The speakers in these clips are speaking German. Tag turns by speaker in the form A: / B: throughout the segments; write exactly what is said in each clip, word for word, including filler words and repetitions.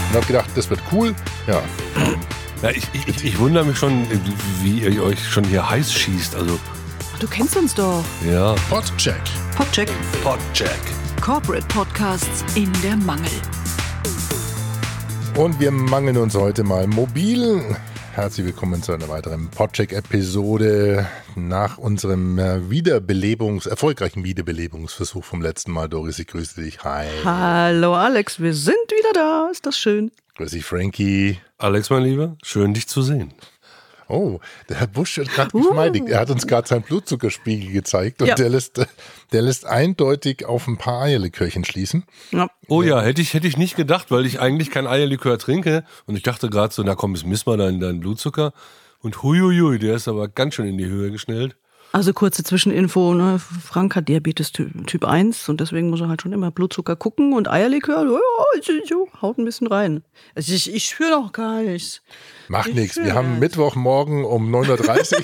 A: und habe gedacht, das wird cool. Ja.
B: Ja, ich, ich, ich wundere mich schon, wie ihr euch schon hier heiß schießt. Also,
C: du kennst uns doch.
B: Ja.
A: Podcheck.
C: Podcheck.
B: Podcheck.
C: Corporate Podcasts in der Mangel.
A: Und wir mangeln uns heute mal mobil. Herzlich willkommen zu einer weiteren Podcheck-Episode nach unserem Wiederbelebungs-, erfolgreichen Wiederbelebungsversuch vom letzten Mal. Doris, ich grüße dich. Hi.
C: Hallo Alex, wir sind wieder da. Ist das schön?
A: Grüß dich, Frankie.
B: Alex, mein Lieber, schön dich zu sehen.
A: Oh, der Herr Busch hat gerade geschmeidigt. Uh. Er hat uns gerade seinen Blutzuckerspiegel gezeigt und ja. der, lässt, der lässt eindeutig auf ein paar Eierlikörchen schließen.
B: Ja. Oh ja, hätte ich, hätte ich nicht gedacht, weil ich eigentlich kein Eierlikör trinke. Und ich dachte gerade so, na komm, jetzt misst mal deinen, deinen Blutzucker. Und huiuiui, der ist aber ganz schön in die Höhe geschnellt.
C: Also kurze Zwischeninfo, ne? Frank hat Diabetes Typ eins und deswegen muss er halt schon immer Blutzucker gucken und Eierlikör, oh, haut ein bisschen rein. Also ich, ich spüre doch gar nichts.
A: Macht nichts, wir haben Mittwochmorgen um neun Uhr dreißig.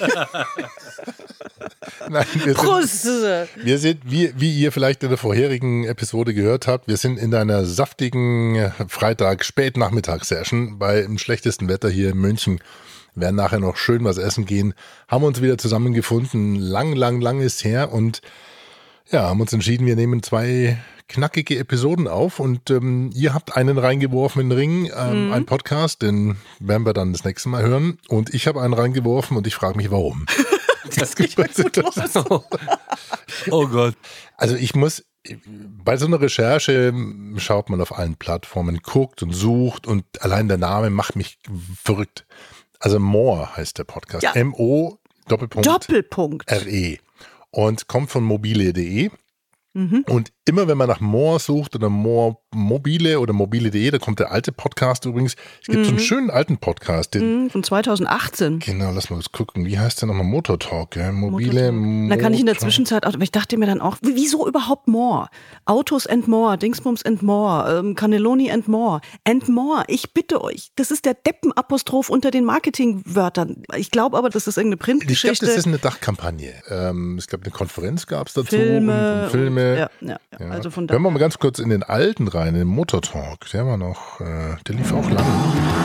A: Nein, wir
C: Prost!
A: Sind, wir sind, wie, wie ihr vielleicht in der vorherigen Episode gehört habt, wir sind in einer saftigen Freitag-Spätnachmittagssession bei dem schlechtesten Wetter hier in München. Werden nachher noch schön was essen gehen, haben uns wieder zusammengefunden, lang, lang, lang ist her und ja, haben uns entschieden, wir nehmen zwei knackige Episoden auf und ähm, ihr habt einen reingeworfen in den Ring, ähm, mhm. einen Podcast, den werden wir dann das nächste Mal hören und ich habe einen reingeworfen und ich frage mich, warum.
C: Das geht mir gut los.
B: Oh. Oh Gott.
A: Also ich muss, bei so einer Recherche schaut man auf allen Plattformen, guckt und sucht und allein der Name macht mich verrückt. Also More heißt der Podcast. Ja. M O Doppelpunkt,
C: Doppelpunkt
A: R E und kommt von mobile punkt de.
C: Mhm.
A: Und immer wenn man nach More sucht oder More Mobile oder mobile punkt de, da kommt der alte Podcast übrigens. Es gibt mhm. so einen schönen alten Podcast. Den,
C: mhm, von zweitausendachtzehn.
A: Genau, lass mal gucken. Wie heißt der nochmal? Motor Talk, ja? Mobile
C: Motor Da kann ich in der Zwischenzeit, aber ich dachte mir dann auch, wieso überhaupt More? Autos and More, Dingsbums and More, ähm, Cannelloni and More, and More. Ich bitte euch, das ist der Deppenapostroph unter den Marketingwörtern. Ich glaube aber, das ist irgendeine Printgeschichte.
A: Ich glaube, das ist eine Dachkampagne. Ähm, ich glaube, eine Konferenz gab es dazu.
C: Filme.
A: Und, und Filme.
C: Ja, ja, ja. Also von
A: Hören wir mal ganz kurz in den alten rein, in den Motor Talk. Der war noch, äh, der lief auch lang.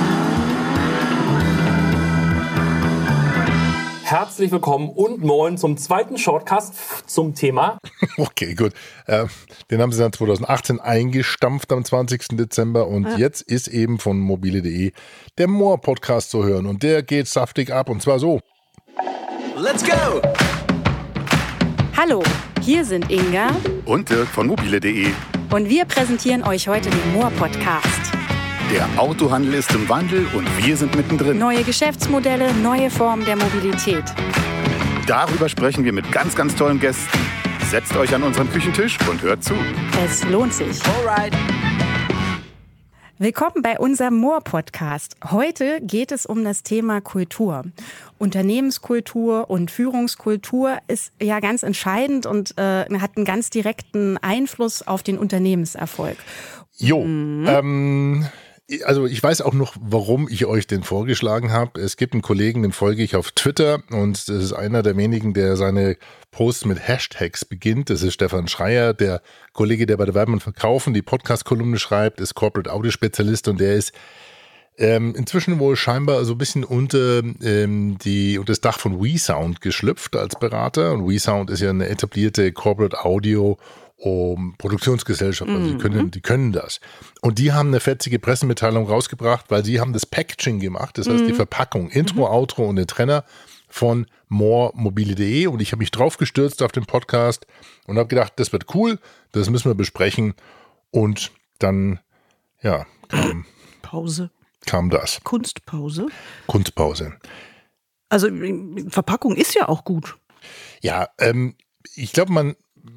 D: Herzlich willkommen und moin zum zweiten Shortcast zum Thema.
A: Okay, gut. Äh, den haben sie dann zweitausendachtzehn eingestampft am zwanzigsten Dezember und ja. jetzt ist eben von mobile punkt de der More-Podcast zu hören und der geht saftig ab und zwar so.
E: Let's go!
F: Hallo, hier sind Inga
E: und Dirk von mobile punkt de
F: und wir präsentieren euch heute den More-Podcast.
E: Der Autohandel ist im Wandel und wir sind mittendrin.
F: Neue Geschäftsmodelle, neue Formen der Mobilität.
E: Darüber sprechen wir mit ganz, ganz tollen Gästen. Setzt euch an unseren Küchentisch und hört zu.
F: Es lohnt sich.
E: Alright.
F: Willkommen bei unserem More-Podcast. Heute geht es um das Thema Kultur. Unternehmenskultur und Führungskultur ist ja ganz entscheidend und äh, hat einen ganz direkten Einfluss auf den Unternehmenserfolg.
A: Jo, mhm. ähm, also ich weiß auch noch, warum ich euch den vorgeschlagen habe. Es gibt einen Kollegen, den folge ich auf Twitter und das ist einer der wenigen, der seine Posts mit Hashtags beginnt. Das ist Stefan Schreier, der Kollege, der bei der Werben und Verkaufen die Podcast-Kolumne schreibt, ist Corporate Audio-Spezialist und der ist ähm, inzwischen wohl scheinbar so ein bisschen unter, ähm, die, unter das Dach von WeSound geschlüpft als Berater. Und WeSound ist ja eine etablierte Corporate Audio um Produktionsgesellschaft, also die können, die können das. Und die haben eine fetzige Pressemitteilung rausgebracht, weil sie haben das Packaging gemacht, das heißt die Verpackung, Intro, mhm. Outro und den Trenner von More mobile punkt de und ich habe mich drauf gestürzt auf den Podcast und habe gedacht, das wird cool, das müssen wir besprechen und dann, ja, kam,
C: Pause.
A: kam das.
C: Kunstpause.
A: Kunstpause.
C: Also Verpackung ist ja auch gut.
A: Ja, ähm, ich glaube, man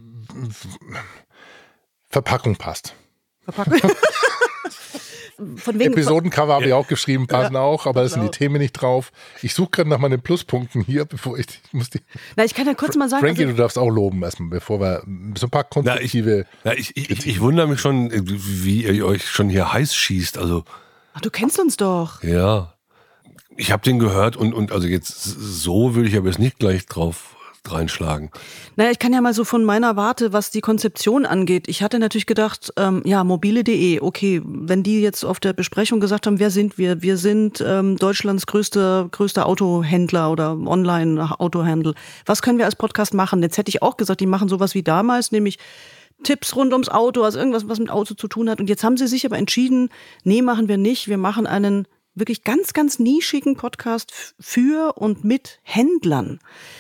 A: Verpackung passt.
C: Verpackung? Von wegen
A: Episodencover habe ich
C: ja.
A: auch geschrieben, passen ja, auch, aber da sind die Themen nicht drauf. Ich suche gerade nach meinen Pluspunkten hier, bevor ich, ich muss die.
C: Na, ich kann ja kurz mal sagen.
A: Frankie,
C: also,
A: du darfst auch loben erstmal, bevor wir so ein paar konstruktive.
B: Na, ich, na, ich, ich, ich wundere mich schon, wie ihr euch schon hier heiß schießt. Also.
C: Ach, du kennst uns doch.
B: Ja. Ich habe den gehört und, und also jetzt so würde ich aber jetzt nicht gleich drauf reinschlagen.
C: Naja, ich kann ja mal so von meiner Warte, was die Konzeption angeht. Ich hatte natürlich gedacht, ähm, ja, mobile punkt de, okay, wenn die jetzt auf der Besprechung gesagt haben, wer sind wir? Wir sind ähm, Deutschlands größter, größter Autohändler oder Online-Autohandel. Was können wir als Podcast machen? Jetzt hätte ich auch gesagt, die machen sowas wie damals, nämlich Tipps rund ums Auto, also irgendwas, was mit Auto zu tun hat. Und jetzt haben sie sich aber entschieden, nee, machen wir nicht. Wir machen einen wirklich ganz, ganz nischigen Podcast für und mit Händlern.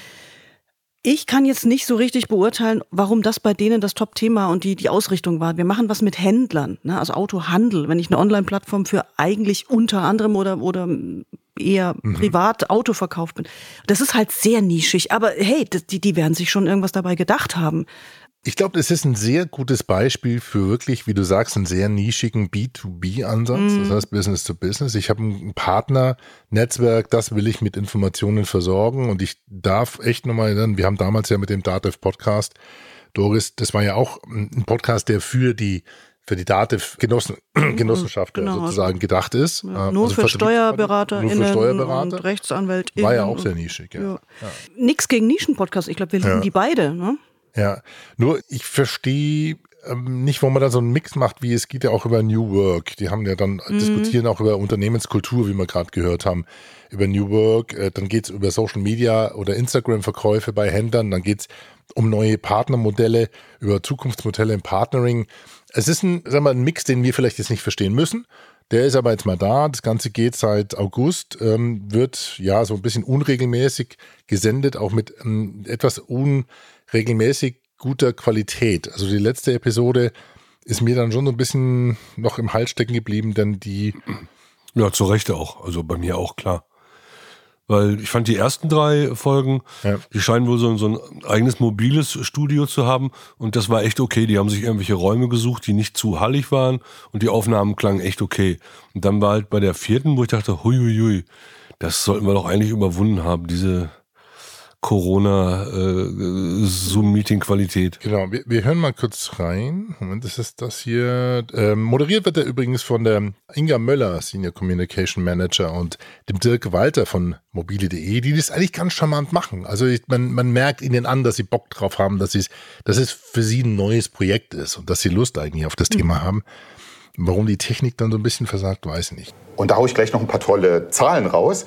C: Ich kann jetzt nicht so richtig beurteilen, warum das bei denen das Top-Thema und die, die Ausrichtung war. Wir machen was mit Händlern, ne? Also Autohandel. Wenn ich eine Online-Plattform für eigentlich unter anderem oder, oder eher mhm. privat Autoverkauf bin. Das ist halt sehr nischig. Aber hey, die, die werden sich schon irgendwas dabei gedacht haben.
A: Ich glaube, das ist ein sehr gutes Beispiel für wirklich, wie du sagst, einen sehr nischigen B zwei B-Ansatz, mhm. das heißt Business to Business. Ich habe ein Partnernetzwerk, das will ich mit Informationen versorgen und ich darf echt nochmal erinnern, wir haben damals ja mit dem DATEV Podcast, Doris, das war ja auch ein Podcast, der für die für die DATEV Genossen, Genossenschaft genau, sozusagen gedacht ist.
C: Ja, nur, also für Steuerberater,
A: nur für Steuerberater
C: und Rechtsanwältinnen.
A: War ja auch sehr nischig. Ja. Ja.
C: Ja. Nix gegen Nischenpodcasts, ich glaube, wir lieben ja. die beide, ne?
A: Ja, nur ich verstehe ähm, nicht, warum man da so einen Mix macht, wie es geht ja auch über New Work. Die haben ja dann, mhm. diskutieren auch über Unternehmenskultur, wie wir gerade gehört haben, über New Work. Äh, dann geht es über Social Media oder Instagram-Verkäufe bei Händlern. Dann geht es um neue Partnermodelle, über Zukunftsmodelle im Partnering. Es ist ein, sagen wir, ein Mix, den wir vielleicht jetzt nicht verstehen müssen. Der ist aber jetzt mal da. Das Ganze geht seit August, ähm, wird ja so ein bisschen unregelmäßig gesendet, auch mit ähm, etwas unregelmäßig guter Qualität. Also die letzte Episode ist mir dann schon so ein bisschen noch im Hals stecken geblieben, denn die...
B: Ja, zu Recht auch. Also bei mir auch, klar. Weil ich fand die ersten drei Folgen, ja. die scheinen wohl so, so ein eigenes mobiles Studio zu haben und das war echt okay. Die haben sich irgendwelche Räume gesucht, die nicht zu hallig waren und die Aufnahmen klangen echt okay. Und dann war halt bei der vierten, wo ich dachte, huiuiui, das sollten wir doch eigentlich überwunden haben, diese Corona-Zoom-Meeting-Qualität.
A: Genau, wir, wir hören mal kurz rein. Moment, das ist das hier. Ähm, moderiert wird er übrigens von der Inga Möller, Senior Communication Manager, und dem Dirk Walter von mobile punkt de, die das eigentlich ganz charmant machen. Also ich, man, man merkt ihnen an, dass sie Bock drauf haben, dass, dass es für sie ein neues Projekt ist und dass sie Lust eigentlich auf das mhm. Thema haben. Warum die Technik dann so ein bisschen versagt, weiß ich nicht.
E: Und da haue ich gleich noch ein paar tolle Zahlen raus.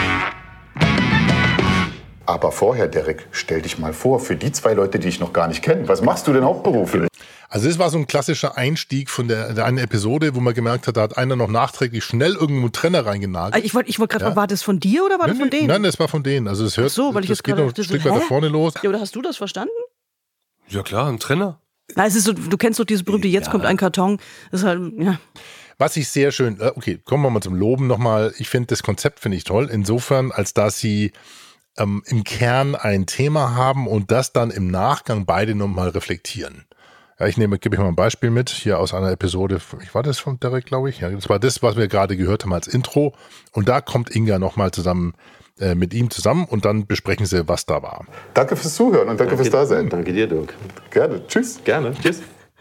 E: Aber vorher, Derek, stell dich mal vor, für die zwei Leute, die ich noch gar nicht kenne. Was machst du denn hauptberuflich?
A: Also das war so ein klassischer Einstieg von der, der einen Episode, wo man gemerkt hat, da hat einer noch nachträglich schnell irgendwo einen Trenner reingenagelt.
C: Ich wollte ich wollt gerade ja. fragen, war das von dir oder war
A: nein,
C: das von denen?
A: Nein, das war von denen. Also es hört,
C: Ach so, weil ich
A: das
C: jetzt
A: geht noch ein Stück weiter vorne los.
C: Ja, oder hast du das verstanden?
B: Ja klar, ein Trenner.
C: Na, es ist so, du kennst doch dieses berühmte, jetzt ja. kommt ein Karton. Das ist halt, ja.
A: Was ich sehr schön, okay, kommen wir mal zum Loben nochmal. Ich finde das Konzept, finde ich toll. Insofern, als dass sie ähm, im Kern ein Thema haben und das dann im Nachgang beide nochmal reflektieren. Ja, ich nehme, gebe ich mal ein Beispiel mit, hier aus einer Episode, ich war das von Derek, glaube ich. Ja, das war das, was wir gerade gehört haben als Intro. Und da kommt Inga nochmal zusammen äh, mit ihm zusammen und dann besprechen sie, was da war.
E: Danke fürs Zuhören und danke, danke fürs Dasein.
G: Danke dir, Dirk.
E: Gerne. Tschüss.
G: Gerne. Tschüss.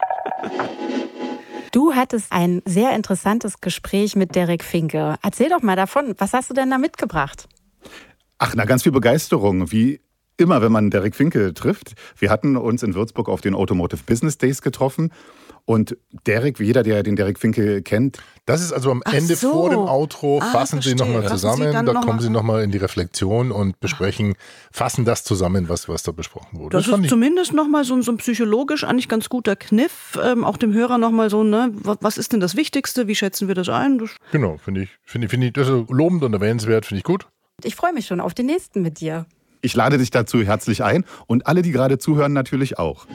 F: Du hattest ein sehr interessantes Gespräch mit Derek Finke. Erzähl doch mal davon. Was hast du denn da mitgebracht?
E: Ach, na, ganz viel Begeisterung. Wie immer, wenn man Derek Finke trifft. Wir hatten uns in Würzburg auf den Automotive Business Days getroffen. Und Derek, wie jeder, der den Derek Finke kennt.
A: Das ist also am
C: Ach
A: Ende
C: so.
A: vor dem Outro,
C: ah,
A: fassen
C: verstehe.
A: Sie nochmal zusammen, da
C: noch
A: kommen
C: mal
A: Sie nochmal in die Reflexion und besprechen, fassen das zusammen, was, was da besprochen wurde.
C: Das, das ist zumindest nochmal so, so ein psychologisch eigentlich ganz guter Kniff, ähm, auch dem Hörer nochmal so, ne, was ist denn das Wichtigste, wie schätzen wir das ein? Das
A: genau, finde ich, finde ich, finde ich, das ist lobend und erwähnenswert, finde ich gut.
F: Ich freue mich schon auf den nächsten mit dir.
E: Ich lade dich dazu herzlich ein und alle, die gerade zuhören, natürlich auch.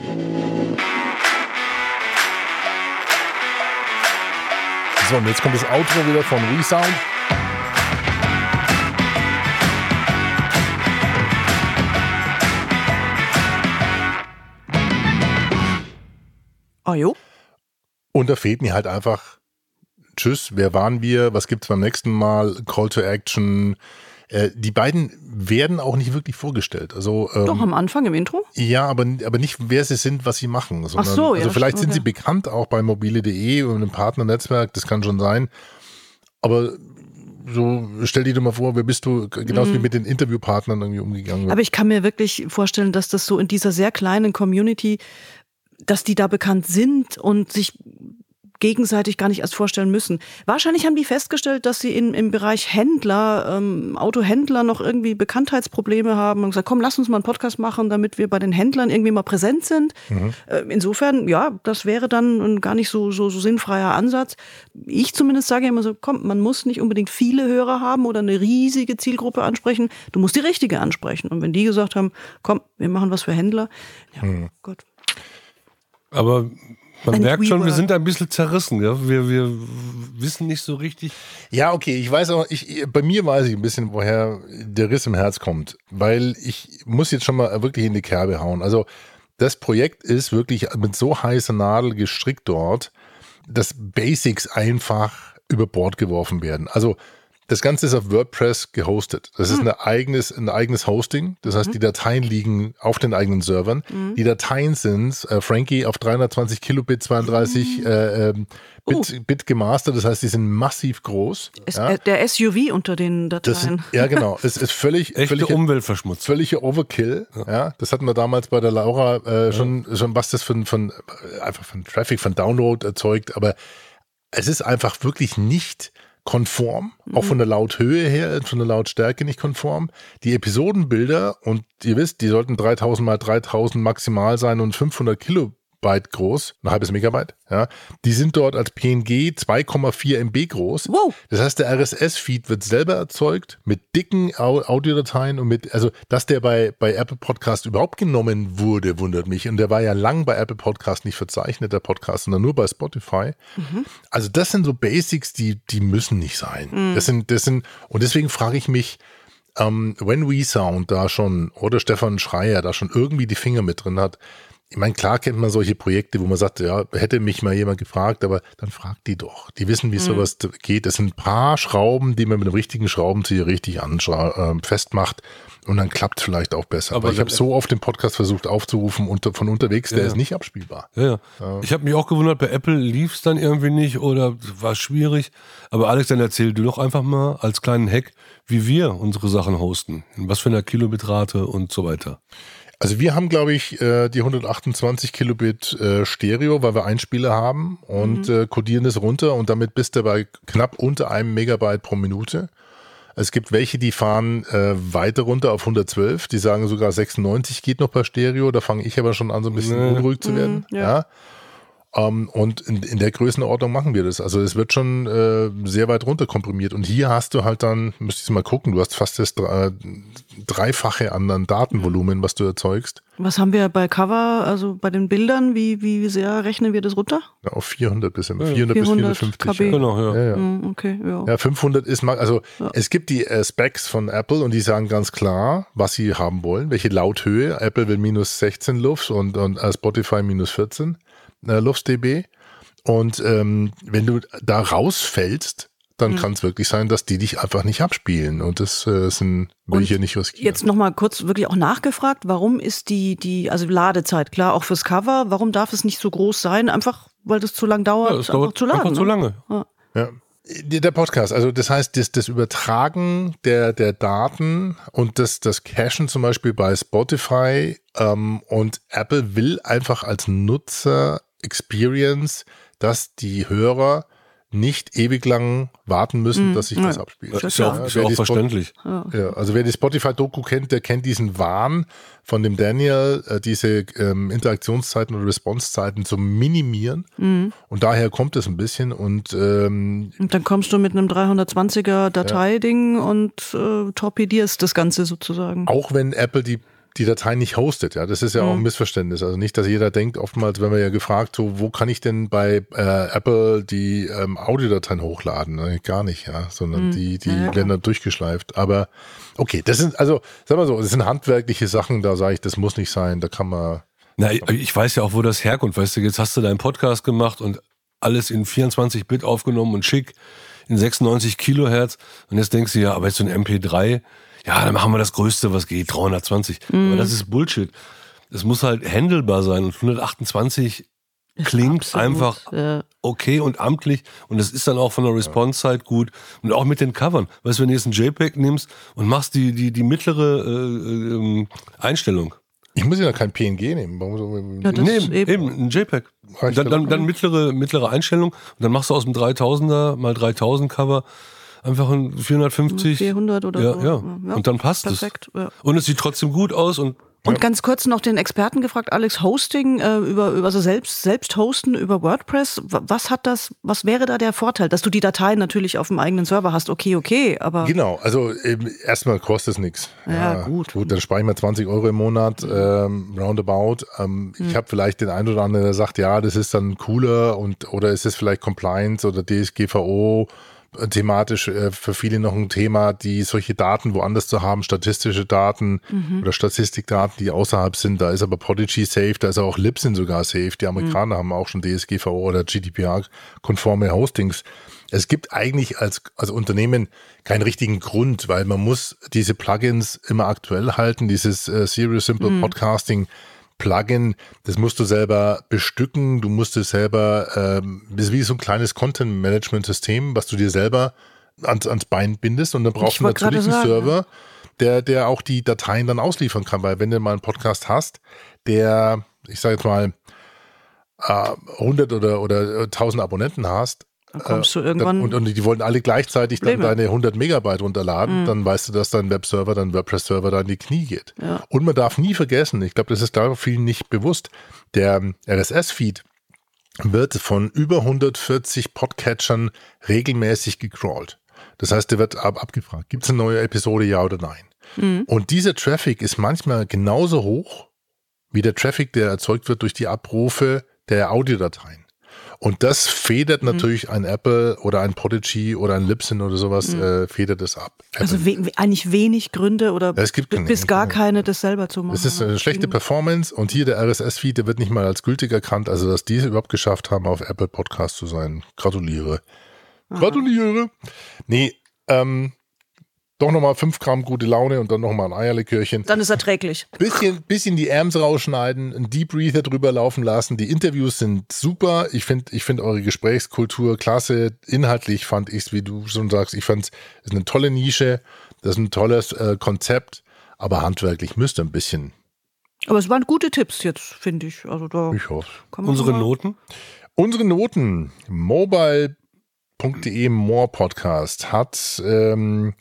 A: So, und jetzt kommt das Outro wieder von Resound.
C: Ah jo.
A: Und da fehlt mir halt einfach, tschüss, wer waren wir, was gibt's beim nächsten Mal, Call to Action. Äh, die beiden werden auch nicht wirklich vorgestellt. Also, ähm,
C: Doch, am Anfang im Intro?
A: Ja, aber, aber nicht, wer sie sind, was sie machen. Sondern,
C: Ach so, ja.
A: Also vielleicht
C: okay.
A: sind sie bekannt auch bei mobile punkt de und einem Partnernetzwerk, das kann schon sein. Aber so stell dir doch mal vor, wer bist du, genauso mhm. wie mit den Interviewpartnern irgendwie umgegangen wird.
C: Aber ich kann mir wirklich vorstellen, dass das so in dieser sehr kleinen Community, dass die da bekannt sind und sich gegenseitig gar nicht erst vorstellen müssen. Wahrscheinlich haben die festgestellt, dass sie in, im Bereich Händler, ähm, Autohändler noch irgendwie Bekanntheitsprobleme haben und gesagt, komm, lass uns mal einen Podcast machen, damit wir bei den Händlern irgendwie mal präsent sind. Mhm. Äh, insofern, ja, das wäre dann ein gar nicht so, so, so sinnfreier Ansatz. Ich zumindest sage immer so, komm, man muss nicht unbedingt viele Hörer haben oder eine riesige Zielgruppe ansprechen. Du musst die richtige ansprechen. Und wenn die gesagt haben, komm, wir machen was für Händler, ja, mhm. Gott.
B: Aber man And merkt schon, wir sind ein bisschen zerrissen. Ja? Wir, wir wissen nicht so richtig.
A: Ja, okay, ich weiß auch, ich, bei mir weiß ich ein bisschen, woher der Riss im Herz kommt. Weil ich muss jetzt schon mal wirklich in die Kerbe hauen. Also das Projekt ist wirklich mit so heißer Nadel gestrickt dort, dass Basics einfach über Bord geworfen werden. Also das Ganze ist auf WordPress gehostet. Das ist ein eigenes, ein eigenes Hosting. Das heißt, die Dateien liegen auf den eigenen Servern. Mhm. Die Dateien sind, äh, Frankie, auf dreihundertzwanzig Kilobit, zweiunddreißig mhm. äh, Bit, uh. Bit gemastert. Das heißt, die sind massiv groß.
C: Ist ja. Der S U V unter den Dateien.
A: Das, ja, genau. Es ist völlig,
B: echte
A: völlig
B: Umweltverschmutzung.
A: Völliger Overkill. Ja. Ja, das hatten wir damals bei der Laura äh, schon, ja. schon, was das von, von, einfach von Traffic, von Download erzeugt. Aber es ist einfach wirklich nicht konform, auch von der Lauthöhe her, von der Lautstärke nicht konform. Die Episodenbilder, und ihr wisst, die sollten dreitausend mal dreitausend maximal sein und fünfhundert Kilobyte groß, ein halbes Megabyte, ja, die sind dort als P N G zwei Komma vier M B groß. Wow. Das heißt, der R S S-Feed wird selber erzeugt mit dicken Audiodateien und mit, also, dass der bei, bei Apple Podcast überhaupt genommen wurde, wundert mich. Und der war ja lang bei Apple Podcast nicht verzeichnet, der Podcast, sondern nur bei Spotify. Mhm. Also, das sind so Basics, die, die müssen nicht sein. Mhm. Das sind, das sind, und deswegen frage ich mich, ähm, wenn WeSound da schon oder Stefan Schreier da schon irgendwie die Finger mit drin hat. Ich meine, klar kennt man solche Projekte, wo man sagt, ja, hätte mich mal jemand gefragt, aber dann fragt die doch. Die wissen, wie mhm. sowas geht. Es sind ein paar Schrauben, die man mit einem richtigen Schraubenzieher richtig äh, festmacht und dann klappt es vielleicht auch besser. Aber, aber ich habe so oft den Podcast versucht aufzurufen und von unterwegs, der ja. ist nicht abspielbar.
B: Ja, ja. ja. Ich habe mich auch gewundert, bei Apple lief es dann irgendwie nicht oder war schwierig. Aber Alex, dann erzähl du doch einfach mal als kleinen Hack, wie wir unsere Sachen hosten. In was für einer Kilobitrate und so weiter.
A: Also wir haben, glaube ich, die hundertachtundzwanzig Kilobit Stereo, weil wir Einspieler haben und mhm. codieren das runter und damit bist du bei knapp unter einem Megabyte pro Minute. Es gibt welche, die fahren weiter runter auf hundertzwölf, die sagen sogar sechsundneunzig geht noch bei Stereo, da fange ich aber schon an, so ein bisschen nee. unruhig zu werden. Mhm, ja. ja. Um, und in, in der Größenordnung machen wir das. Also es wird schon äh, sehr weit runter komprimiert. Und hier hast du halt dann, müsstest du mal gucken, du hast fast das äh, Dreifache an, an Datenvolumen, was du erzeugst.
C: Was haben wir bei Cover, also bei den Bildern, wie, wie sehr rechnen wir das runter?
A: Ja, auf vierhundert bis, ja, vierhundert bis vierhundertfünfzig.
C: K B.
A: Ja.
B: Genau, ja.
A: Ja, ja.
C: Mm, okay, ja.
A: ja, fünfhundert ist, also ja. es gibt die äh, Specs von Apple und die sagen ganz klar, was sie haben wollen, welche Lauthöhe. Apple will minus sechzehn Lufs und, und äh, Spotify minus vierzehn. Lufs dB. Und ähm, wenn du da rausfällst, dann mhm. kann es wirklich sein, dass die dich einfach nicht abspielen. Und das äh, sind, will ich hier nicht riskieren.
C: Jetzt nochmal kurz wirklich auch nachgefragt, warum ist die, die, also Ladezeit, klar, auch fürs Cover, warum darf es nicht so groß sein? Einfach, weil das zu lang dauert,
B: ja, das dauert zu laden. Einfach ne? zu lange.
A: Ja. ja. Der Podcast, also das heißt, das, das Übertragen der, der Daten und das, das Cachen zum Beispiel bei Spotify ähm, und Apple will einfach als Nutzer Experience, dass die Hörer nicht ewig lang warten müssen, mm, dass sich ja. das abspielt.
B: Das ist ja auch, ist ja auch verständlich.
A: Ja. Ja, also wer die Spotify-Doku kennt, der kennt diesen Wahn von dem Daniel, äh, diese ähm, Interaktionszeiten oder Responsezeiten zu minimieren. Mm. Und daher kommt es ein bisschen. Und, ähm,
C: und dann kommst du mit einem dreihundertzwanziger Dateiding ja. und äh, torpedierst das Ganze sozusagen.
A: Auch wenn Apple die die Datei nicht hostet, ja, das ist ja mhm. auch ein Missverständnis. Also nicht, dass jeder denkt, oftmals, wenn wir ja gefragt, so, wo kann ich denn bei äh, Apple die ähm, Audiodateien hochladen? Ne? Gar nicht, ja, sondern mhm. die, die ja, werden dann durchgeschleift. Aber okay, das sind, also, sag mal so, das sind handwerkliche Sachen, da sage ich, das muss nicht sein, da kann man.
B: Na, ich, ich weiß ja auch, wo das herkommt, weißt du, jetzt hast du deinen Podcast gemacht und alles in vierundzwanzig Bit aufgenommen und schick in sechsundneunzig Kilohertz und jetzt denkst du ja, aber jetzt so ein M P drei, ja, dann machen wir das Größte, was geht, dreihundertzwanzig. Mhm. Aber das ist Bullshit. Es muss halt handelbar sein und hundertachtundzwanzig klingt
C: Absolut,
B: einfach
C: ja.
B: okay und amtlich und es ist dann auch von der Response-Zeit gut und auch mit den Covern. Weißt du, wenn du jetzt ein JPEG nimmst und machst die, die, die mittlere äh, äh, Einstellung.
A: Ich muss ja kein P N G nehmen. Warum
C: Ja, das
B: nee,
C: ist
B: eben,
C: eben-
B: ein JPEG. Dann, dann, dann mittlere, mittlere Einstellung und dann machst du aus dem dreitausender mal dreitausend Cover einfach ein vierhundertfünfzig.
C: vierhundert oder
B: ja,
C: so.
B: Ja.
C: Ja.
B: Und dann passt
C: Perfekt,
B: es.
C: ja.
B: Und es sieht trotzdem gut aus und
C: Und ganz kurz noch den Experten gefragt, Alex, Hosting, äh, über, über also selbst, selbst hosten über WordPress, w- was hat das, was wäre da der Vorteil? Dass du die Dateien natürlich auf dem eigenen Server hast, okay, okay, aber.
A: Genau, also ähm, erstmal kostet es nichts.
C: Ja, gut.
A: Gut, dann spare ich mal zwanzig Euro im Monat, ähm, roundabout. Ähm,
C: Hm.
A: Ich habe vielleicht den einen oder anderen, der sagt, ja, das ist dann cooler und oder ist es vielleicht Compliance oder D S G V O thematisch äh, für viele noch ein Thema, die solche Daten woanders zu haben, statistische Daten
C: Mhm.
A: oder Statistikdaten, die außerhalb sind. Da ist aber Podigy safe, da ist auch Libsyn sogar safe. Die Amerikaner haben auch schon D S G V O oder G D P R-konforme Hostings. Es gibt eigentlich als, als Unternehmen keinen richtigen Grund, weil man muss diese Plugins immer aktuell halten. Dieses äh, Serious Simple
C: Mhm.
A: Podcasting Plugin, das musst du selber bestücken, du musst es selber, ähm, das ist wie so ein kleines Content-Management-System, was du dir selber ans, ans Bein bindest und dann brauchst
C: Ich
A: du
C: wollte
A: natürlich einen
C: gerade sagen,
A: Server, der, der auch die Dateien dann ausliefern kann, weil wenn du mal einen Podcast hast, der, ich sage jetzt mal, äh, hundert oder, oder tausend Abonnenten hast,
C: Dann kommst du
A: äh,
C: irgendwann.
A: dann, und, und die wollen alle gleichzeitig dann
C: Probleme.
A: deine hundert Megabyte runterladen,
C: Mhm.
A: dann weißt du, dass dein Webserver, dein WordPress-Server da in die Knie geht.
C: Ja.
A: Und man darf nie vergessen, ich glaube, das ist da vielen nicht bewusst, der R S S-Feed wird von über hundertvierzig Podcatchern regelmäßig gecrawlt. Das heißt, der wird ab, abgefragt, gibt es eine neue Episode, ja oder nein?
C: Mhm.
A: Und dieser Traffic ist manchmal genauso hoch wie der Traffic, der erzeugt wird durch die Abrufe der Audiodateien. Und das federt natürlich ein Apple oder ein Podigy oder ein Libsyn oder sowas, äh, federt es ab.
C: Also we we eigentlich wenig Gründe oder
A: Es gibt
C: b-
A: keine-
C: bis gar keine, das selber zu machen.
A: Es ist eine schlechte Performance und hier der R S S-Feed, der wird nicht mal als gültig erkannt. Also, dass die es überhaupt geschafft haben, auf Apple Podcast zu sein. Gratuliere. Gratuliere. Nee, ähm, doch nochmal fünf Gramm gute Laune und dann nochmal ein Eierlikörchen.
C: Dann ist erträglich.
A: Bisschen, bisschen die Arms rausschneiden, einen Deep Breather drüber laufen lassen. Die Interviews sind super. Ich finde ich finde eure Gesprächskultur klasse. Inhaltlich fand ich es, wie du schon sagst, ich fand es ist eine tolle Nische. Das ist ein tolles äh, Konzept. Aber handwerklich müsste ein bisschen.
C: Aber es waren gute Tipps jetzt, finde ich. Also da
A: Ich hoffe.
C: kann man
B: unsere
C: mal-
B: Noten.
A: Unsere Noten. mobile punkt de More Podcast hat ähm,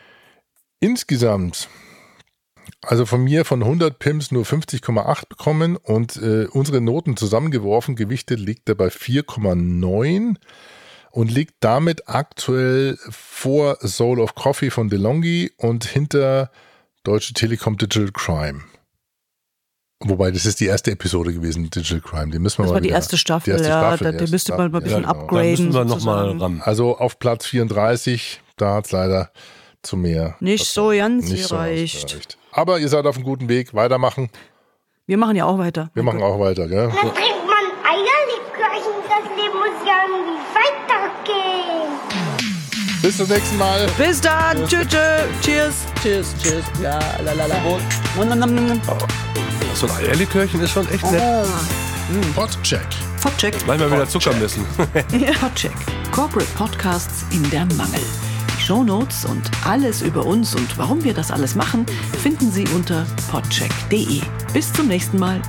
A: insgesamt, also von mir von hundert Pimps nur fünfzig Komma acht bekommen und äh, unsere Noten zusammengeworfen, gewichtet liegt er bei vier Komma neun und liegt damit aktuell vor Soul of Coffee von DeLonghi und hinter Deutsche Telekom Digital Crime. Wobei, das ist die erste Episode gewesen, Digital Crime. Die müssen wir
C: Das
A: mal
C: war die
A: wieder-
C: erste Staffel,
A: die erste
C: ja.
A: Staffel,
C: da,
A: die
C: der
A: erste
C: müsste man mal ein
A: Staffel,
C: bisschen
A: ja, genau.
B: Da
C: upgraden.
B: müssen wir nochmal
C: sozusagen.
B: ran.
A: Also auf Platz vierunddreißig, da hat es leider zu mehr.
C: Nicht so ganz
A: nicht so
C: gereicht.
A: ausgereicht. Aber ihr seid auf einem guten Weg, weitermachen.
C: Wir machen ja auch weiter.
A: Wir machen auch weiter, gell?
G: Da trinkt man Eierlikörchen, das Leben muss ja irgendwie weitergehen.
A: Bis zum nächsten Mal.
C: Bis dann. Tschüss. Cheers. Cheers. Cheers. Ja, la, la, la. Nom, nom, nom, nom.
B: So ein Eierlikörchen ist schon echt nett.
A: Podcheck.
C: Podcheck.
B: Manchmal wieder Zucker messen.
C: Ja, Podcheck. Corporate Podcasts in der Mangel. Die Shownotes und alles über uns und warum wir das alles machen, finden Sie unter podcheck punkt de. Bis zum nächsten Mal.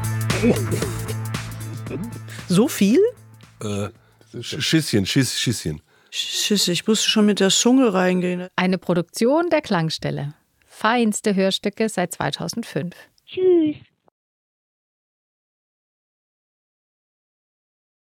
C: So viel?
B: Äh, Schisschen, Schiss, Schisschen.
C: Schiss, ich musste schon mit der Zunge reingehen.
H: Eine Produktion der Klangstelle. Feinste Hörstücke seit zweitausendfünf.
G: Tschüss.